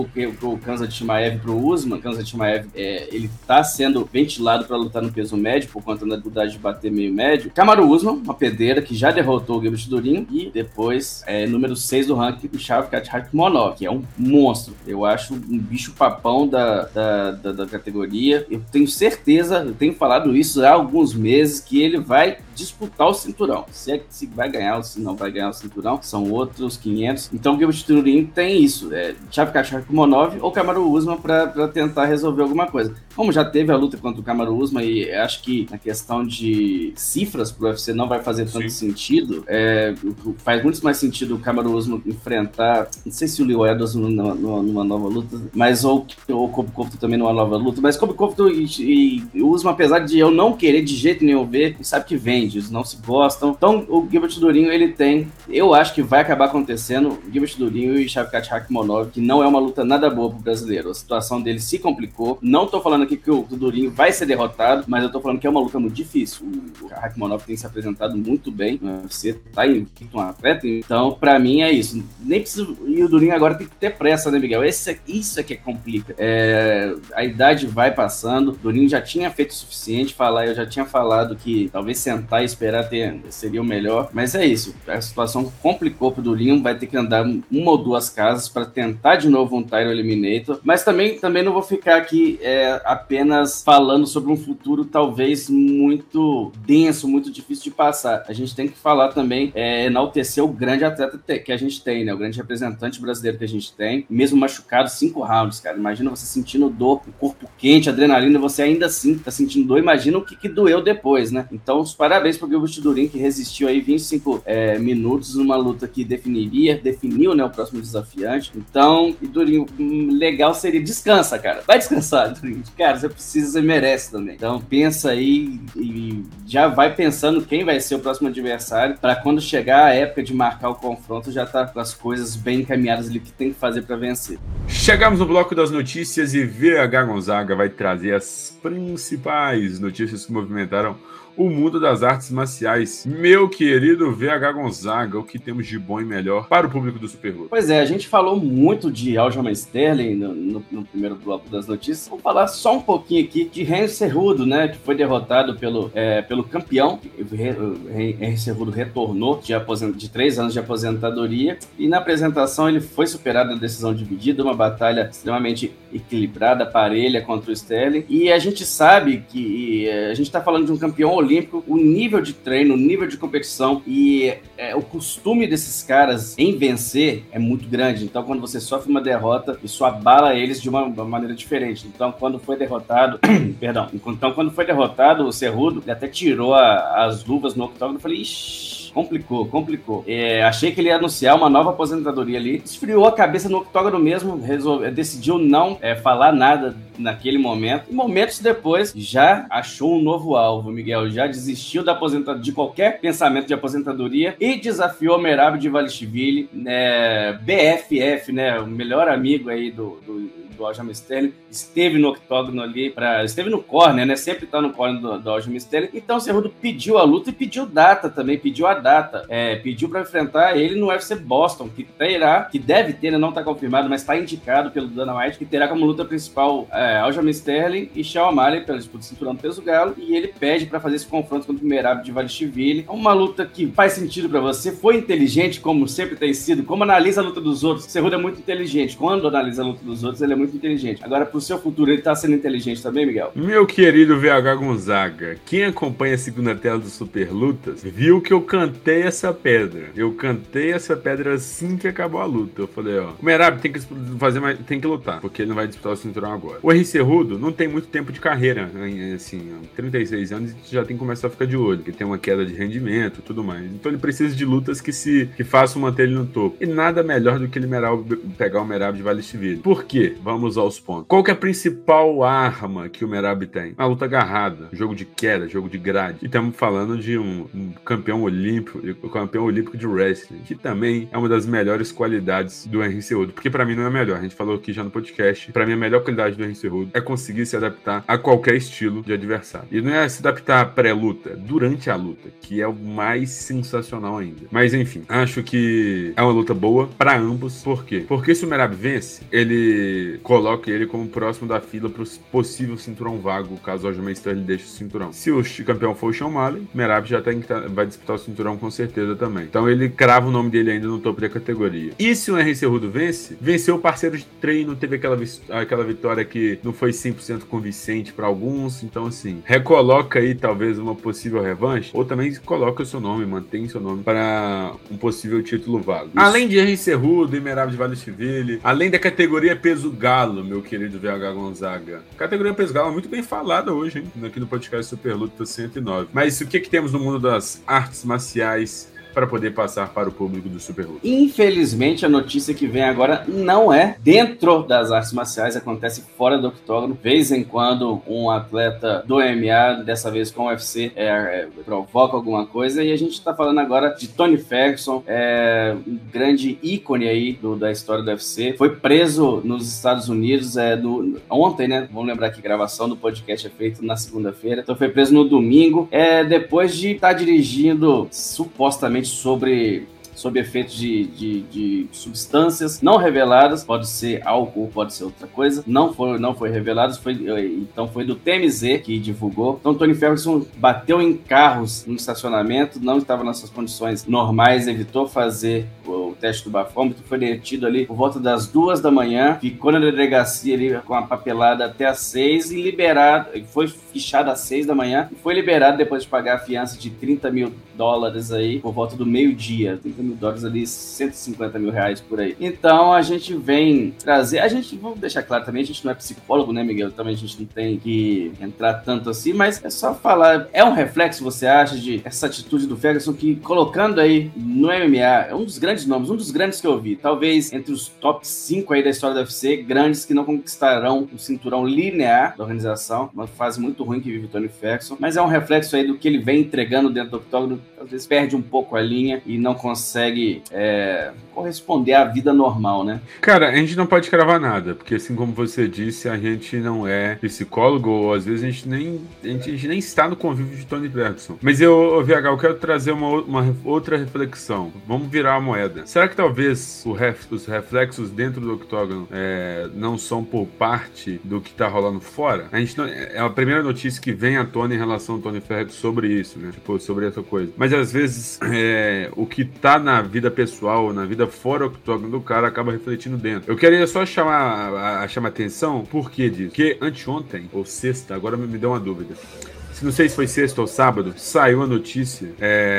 o Khamzat Chimaev pro Usman. O Khamzat Chimaev, ele tá sendo ventilado para lutar no peso médio por conta da dificuldade de bater meio médio. Kamaru Usman, uma pedreira que já derrotou o Gilbert Durinho, e depois, número 6 do ranking, o Shavkat Rakhmonov, que é um monstro. Eu acho um bicho-papão da categoria. Eu tenho certeza, eu tenho falado isso há alguns meses, que ele vai disputar o cinturão. Se vai ganhar ou se não vai ganhar o cinturão, são outros 500. Então o Gilbert Durinho tem isso, Shavkat Rakhmonov ou Kamaru Usman para tentar resolver alguma coisa. Como já teve a luta contra o Kamaru Usman, e acho que na questão de cifras pro UFC não vai fazer tanto sentido, faz muito mais sentido o Kamaru Usman enfrentar, não sei se o Leo Edwards numa nova luta, mas ou o Kobe Covington também numa nova luta, mas Kobe Covington e Usman, apesar de eu não querer de jeito nenhum ver, sabe que vende, eles não se gostam. Então o Gilbert Durinho, ele tem, eu acho que vai acabar acontecendo, o Gilbert Durinho e Shavkat Rakhmonov, que não é uma luta nada boa pro brasileiro. A situação dele se complicou. Não tô falando aqui que o Durinho vai ser derrotado, mas eu tô falando que é uma luta muito difícil. O Rakhmonov tem se apresentado muito bem, você tá invicto, um atleta, então pra mim é isso. Nem preciso, e o Durinho agora tem que ter pressa, né, Miguel? Isso é que complica. A idade vai passando, o Durinho já tinha feito o suficiente, eu já tinha falado que talvez sentar e esperar seria o melhor, mas é isso. A situação complicou pro Durinho, vai ter que andar uma ou duas casas para tentar de novo um title eliminator, mas também não vou ficar aqui apenas falando sobre um futuro talvez muito denso, muito difícil de passar. A gente tem que falar também, enaltecer o grande atleta que a gente tem, né? O grande representante brasileiro que a gente tem, mesmo machucado 5 rounds, cara. Imagina você sentindo dor, o corpo quente, adrenalina, você ainda assim tá sentindo dor, imagina o que doeu depois, né? Então, os parabéns pro Gilbert Durinho, que resistiu aí 25 minutos numa luta que definiu, né, o próximo desafiante. Então, e Durinho, legal seria, descansa, cara. Vai descansar, Durinho. Cara, você merece também. Então, pensa aí e já vai pensando quem vai ser o próximo adversário, para quando chegar a época de marcar o confronto, já tá com as coisas bem encaminhadas ali que tem que fazer para vencer. Chegamos no bloco das notícias e VH Gonzaga vai trazer as principais notícias que movimentaram o mundo das artes marciais. Meu querido VH Gonzaga, o que temos de bom e melhor para o público do Super Luta? Pois é, a gente falou muito de Aljamain Sterling no primeiro bloco das notícias. Vamos falar só um pouquinho aqui de Henry Cejudo, né, que foi derrotado pelo campeão. Henry Cejudo retornou de 3 anos de aposentadoria, e na apresentação ele foi superado na decisão dividida, uma batalha extremamente equilibrada, parelha contra o Sterling, e a gente sabe que a gente está falando de um campeão olímpico, o nível de treino, o nível de competição e o costume desses caras em vencer é muito grande. Então, quando você sofre uma derrota, isso abala eles de uma maneira diferente. Então, quando foi derrotado, quando foi derrotado o Cejudo, ele até tirou as luvas no octógono. Eu falei, ixi, complicou. Achei que ele ia anunciar uma nova aposentadoria ali. Esfriou a cabeça no octógono mesmo, decidiu não falar nada naquele momento. E momentos depois, já achou um novo alvo, Miguel. Já desistiu de qualquer pensamento de aposentadoria e desafiou Merab Dvalishvili, BFF, né? O melhor amigo aí do Aljamain Sterling, esteve no octógono ali, esteve no corner, né? Sempre tá no corner do Aljamain Sterling. Então o Cejudo pediu a luta e pediu data também, pediu pra enfrentar ele no UFC Boston, que deve ter, né? Não tá confirmado, mas tá indicado pelo Dana White, que terá como luta principal Aljamain Sterling e Sean O'Malley pela disputa de cinturão do peso galo, e ele pede pra fazer esse confronto contra o Merab Dvalishvili. É uma luta que faz sentido pra você, foi inteligente, como sempre tem sido, como analisa a luta dos outros. O Cejudo é muito inteligente, quando analisa a luta dos outros, ele é muito inteligente. Agora, pro seu futuro, ele tá sendo inteligente também, Miguel? Meu querido VH Gonzaga, quem acompanha a segunda tela do Super Lutas, viu que eu cantei essa pedra. Eu cantei essa pedra assim que acabou a luta. Eu falei, o Merab tem que lutar, porque ele não vai disputar o cinturão agora. O Henry Cejudo não tem muito tempo de carreira, assim, 36 anos e já tem que começar a ficar de olho, porque tem uma queda de rendimento e tudo mais. Então ele precisa de lutas que façam manter ele no topo. E nada melhor do que ele pegar o Merab Dvalishvili. Por quê? Vamos aos pontos. Qual que é a principal arma que o Merab tem? Uma luta agarrada, jogo de queda, jogo de grade. E estamos falando de um campeão olímpico de wrestling, que também é uma das melhores qualidades do Henry Cejudo, porque pra mim não é a melhor. A gente falou aqui já no podcast, pra mim a melhor qualidade do Henry Cejudo é conseguir se adaptar a qualquer estilo de adversário. E não é se adaptar pré-luta, durante a luta, que é o mais sensacional ainda. Mas enfim, acho que é uma luta boa pra ambos. Por quê? Porque se o Merab vence, ele coloca ele como próximo da fila para o possível cinturão vago, caso o Aljamain Sterling deixe o cinturão. Se o campeão for o Sean O'Malley, Merab já vai disputar o cinturão com certeza também. Então ele crava o nome dele ainda no topo da categoria. E se o Henry Cejudo venceu o parceiro de treino, teve aquela vitória que não foi 100% convincente para alguns, então assim, recoloca aí talvez uma possível revanche, ou também coloca o seu nome, mantém seu nome para um possível título vago. Isso. Além de Henry Cejudo e Merab Dvalishvili, além da categoria peso galo, meu querido VH Gonzaga. Categoria peso galo muito bem falada hoje, hein? Aqui no podcast Super Luta 109. Mas o que temos no mundo das artes marciais para poder passar para o público do Super Luta? Infelizmente, a notícia que vem agora não é dentro das artes marciais, acontece fora do octógono. De vez em quando, um atleta do MMA, dessa vez com o UFC, provoca alguma coisa. E a gente está falando agora de Tony Ferguson, um grande ícone aí da história do UFC. Foi preso nos Estados Unidos ontem, né? Vamos lembrar que a gravação do podcast é feita na segunda-feira. Então foi preso no domingo, depois de estar dirigindo supostamente sob efeitos de substâncias não reveladas, pode ser álcool, pode ser outra coisa, não foi revelado, então foi do TMZ que divulgou. Então Tony Ferguson bateu em carros no estacionamento, não estava nas suas condições normais, evitou fazer o teste do bafômetro, foi detido ali por volta das 2 da manhã, ficou na delegacia ali com a papelada até às 6 e liberado, foi fichado às 6 da manhã e foi liberado depois de pagar a fiança de $30 mil aí por volta do meio-dia, $30 mil ali, R$150 mil por aí. Então a gente vem trazer, vamos deixar claro também, a gente não é psicólogo, né, Miguel? Também a gente não tem que entrar tanto assim, mas é só falar, é um reflexo, você acha, de essa atitude do Ferguson que, colocando aí no MMA, é um dos grandes nomes, um dos grandes que eu vi, talvez entre os top 5 aí da história do UFC, grandes que não conquistarão o cinturão linear da organização, uma fase muito ruim que vive o Tony Ferguson, mas é um reflexo aí do que ele vem entregando dentro do octógono, às vezes perde um pouco a linha e não consegue corresponder à vida normal, né? Cara, a gente não pode cravar nada, porque assim como você disse, a gente não é psicólogo, ou às vezes a gente nem está no convívio de Tony Ferguson. Mas VH, eu quero trazer uma outra reflexão. Vamos virar a moeda. Será que talvez os reflexos dentro do octógono não são por parte do que tá rolando fora? A gente não, é a primeira notícia que vem à tona em relação ao Tony Ferguson sobre isso, né? Tipo, sobre essa coisa. Mas às vezes o que tá na vida pessoal, na vida fora do octógono do cara, acaba refletindo dentro. Eu queria só chamar atenção, por que disso? Porque anteontem, ou sexta, agora me deu uma dúvida. Não sei se foi sexta ou sábado, saiu a notícia.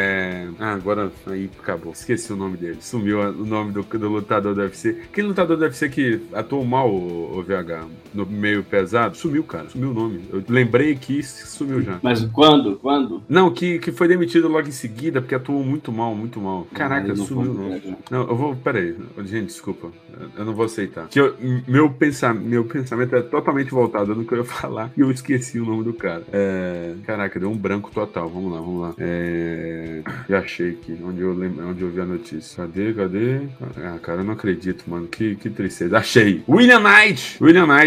Agora aí acabou. Esqueci o nome dele. Sumiu o nome do lutador do UFC. Aquele lutador do UFC que atuou mal, o VH, no meio pesado. Sumiu, cara. Sumiu o nome. Eu lembrei que sumiu já. Mas quando? Não, que foi demitido logo em seguida, porque atuou muito mal, muito mal. Caraca, sumiu o nome. Não, eu vou... Peraí. Gente, desculpa. Eu não vou aceitar. Meu pensamento é totalmente voltado no que eu ia falar e eu esqueci o nome do cara. Caraca, deu um branco total. Vamos lá. Já achei aqui, onde eu vi a notícia. Cadê? Cara, eu não acredito, mano. Que tristeza. Achei. William Knight.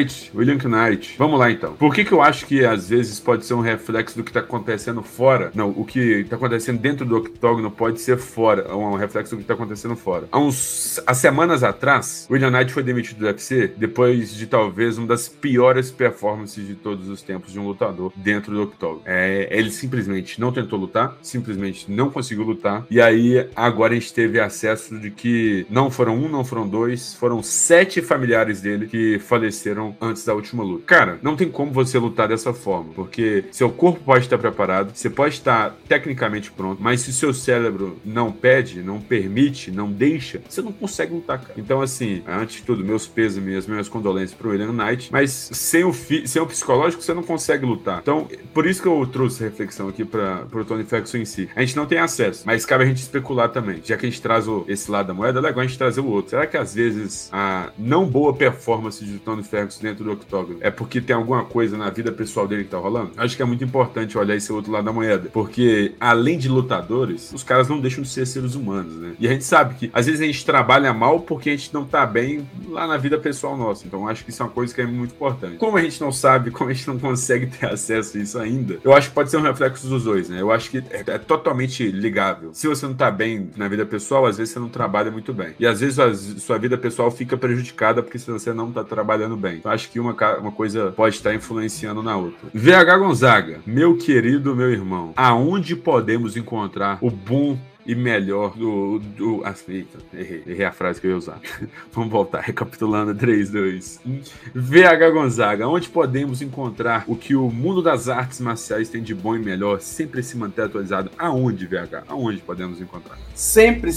Vamos lá, então. Por que eu acho que, às vezes, pode ser um reflexo do que tá acontecendo fora? Não, o que tá acontecendo dentro do octógono pode ser fora. Um reflexo do que tá acontecendo fora. Há semanas atrás, William Knight foi demitido do UFC depois de, talvez, uma das piores performances de todos os tempos de um lutador dentro do octógono. Ele simplesmente não tentou lutar, simplesmente não conseguiu lutar, e aí agora a gente teve acesso de que não foram 1, não foram 2, foram 7 familiares dele que faleceram antes da última luta. Cara, não tem como você lutar dessa forma, porque seu corpo pode estar preparado, você pode estar tecnicamente pronto, mas se o seu cérebro não pede, não permite, não deixa, você não consegue lutar, cara. Então, assim, antes de tudo, meus pêsames, as minhas condolências pro William Knight, mas sem o psicológico, você não consegue lutar. Então, por isso que eu trouxe a reflexão aqui pro Tony Ferguson em si. A gente não tem acesso, mas cabe a gente especular também. Já que a gente traz esse lado da moeda, é legal a gente trazer o outro. Será que às vezes a não boa performance de Tony Ferguson dentro do octógono é porque tem alguma coisa na vida pessoal dele que tá rolando? Acho que é muito importante olhar esse outro lado da moeda, porque além de lutadores, os caras não deixam de ser seres humanos, né? E a gente sabe que às vezes a gente trabalha mal porque a gente não tá bem lá na vida pessoal nossa. Então acho que isso é uma coisa que é muito importante. Como a gente não sabe, como a gente não consegue ter acesso a isso ainda, vida. Eu acho que pode ser um reflexo dos dois, né? Eu acho que é totalmente ligável. Se você não tá bem na vida pessoal, às vezes você não trabalha muito bem. E às vezes a sua vida pessoal fica prejudicada porque você não tá trabalhando bem. Então acho que uma coisa pode estar influenciando na outra. VH Gonzaga, meu querido, meu irmão, aonde podemos encontrar o bom e melhor eita, errei a frase que eu ia usar. Vamos voltar, recapitulando. 3, 2, 1. VH Gonzaga, onde podemos encontrar o que o mundo das artes marciais tem de bom e melhor, sempre se manter atualizado? Aonde, VH? Aonde podemos encontrar? Sempre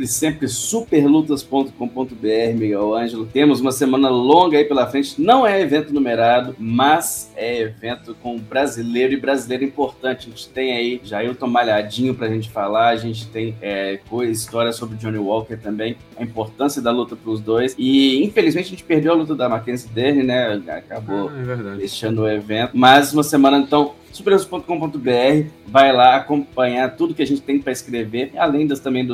superlutas.com.br, Miguel Ângelo. Temos uma semana longa aí pela frente. Não é evento numerado, mas é evento com brasileiro e brasileiro importante. A gente tem aí Jailton Malhadinho pra gente falar, a gente tem história sobre Johnny Walker também, a importância da luta para os dois. E infelizmente a gente perdeu a luta da Mackenzie Dern, né? Acabou deixando o evento. Mas uma semana, então, superlutas.com.br, vai lá acompanhar tudo que a gente tem para escrever, além também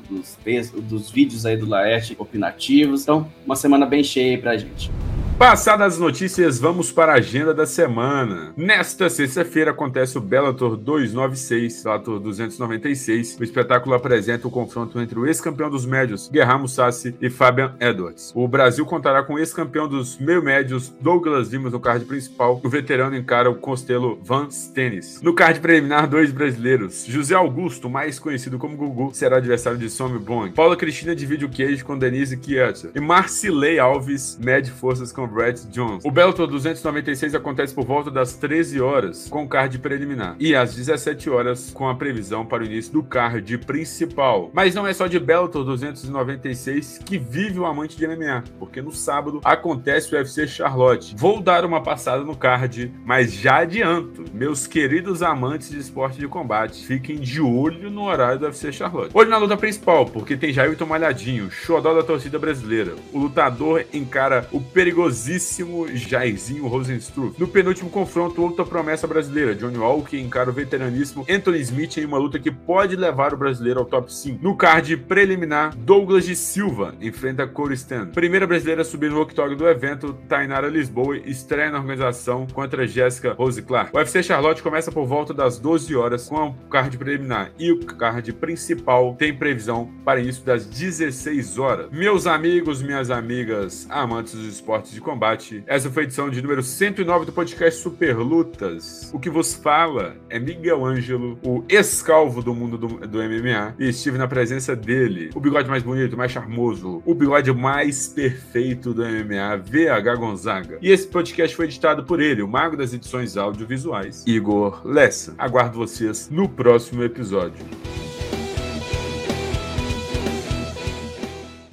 dos vídeos aí do Laerte opinativos. Então, uma semana bem cheia aí pra gente. Passadas as notícias, vamos para a agenda da semana. Nesta sexta-feira acontece o Bellator 296, Bellator 296. O espetáculo apresenta o confronto entre o ex-campeão dos médios, Guerra Mousasi, e Fabian Edwards. O Brasil contará com o ex-campeão dos meio-médios, Douglas Lima, no card principal. O veterano encara o Costello Van Stennis. No card preliminar, 2 brasileiros. José Augusto, mais conhecido como Gugu, será adversário de Somi Bong. Paula Cristina divide o queijo com Denise Chiesa. E Marcilei Alves mede forças com Brett Jones. O Bellator 296 acontece por volta das 13 horas com o card preliminar e às 17 horas com a previsão para o início do card principal. Mas não é só de Bellator 296 que vive o amante de MMA, porque no sábado acontece o UFC Charlotte. Vou dar uma passada no card, mas já adianto, meus queridos amantes de esporte de combate, fiquem de olho no horário do UFC Charlotte. Olho na luta principal, porque tem Jailton Malhadinho, xodó da torcida brasileira. O lutador encara o perigosíssimo Jairzinho Rosenstruck. No penúltimo confronto, outra promessa brasileira, Johnny Walker encara o veteraníssimo Anthony Smith em uma luta que pode levar o brasileiro ao top 5. No card preliminar, Douglas de Silva enfrenta Corey Stan. Primeira brasileira a subir no octógono do evento, Tainara Lisboa estreia na organização contra Jessica Rose Clark. O UFC Charlotte começa por volta das 12 horas com o card preliminar e o card principal tem previsão para início das 16 horas. Meus amigos, minhas amigas, amantes dos esportes de combate, essa foi a edição de número 109 do podcast Super Lutas. O que vos fala é Miguel Ângelo, o ex-calvo do mundo do MMA, e estive na presença dele, o bigode mais bonito, mais charmoso, o bigode mais perfeito do MMA, VH Gonzaga. E esse podcast foi editado por ele, o mago das edições audiovisuais, Igor Lessa. Aguardo vocês no próximo episódio.